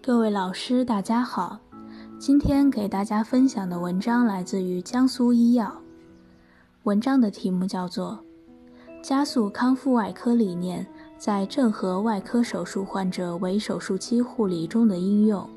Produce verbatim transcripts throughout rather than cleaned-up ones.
各位老师大家好，今天给大家分享的文章来自于江苏医药。文章的题目叫做加速康复外科理念在正颌外科手术患者围手术期护理中的应用。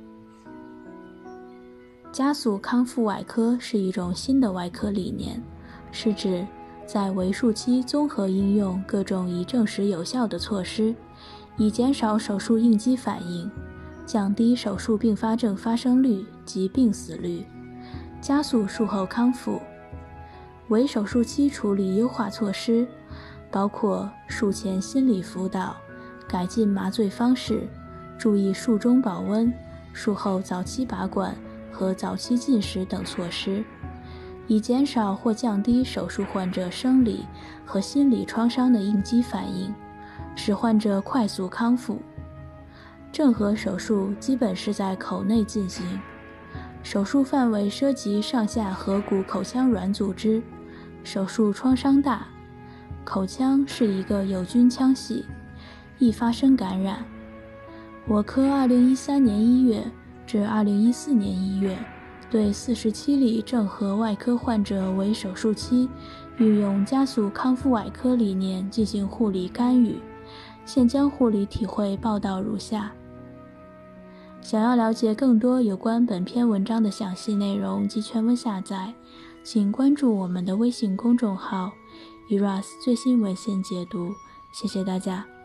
加速康复外科是一种新的外科理念，是指在围术期综合应用各种已证实有效的措施，以减少手术应激反应，降低手术并发症发生率及病死率，加速术后康复。围手术期处理优化措施包括术前心理辅导、改进麻醉方式、注意术中保温、术后早期拔管和早期进食等措施，以减少或降低手术患者生理和心理创伤的应激反应，使患者快速康复。正颌手术基本是在口内进行，手术范围涉及上下颌骨口腔软组织，手术创伤大，口腔是一个有菌腔系，易发生感染。我科二零一三年一月至二零一四年一月对四十七例正颌外科患者围手术期运用加速康复外科理念进行护理干预，现将护理体会报道如下。想要了解更多有关本篇文章的详细内容及全文下载，请关注我们的微信公众号 E R A S 最新文献解读。谢谢大家。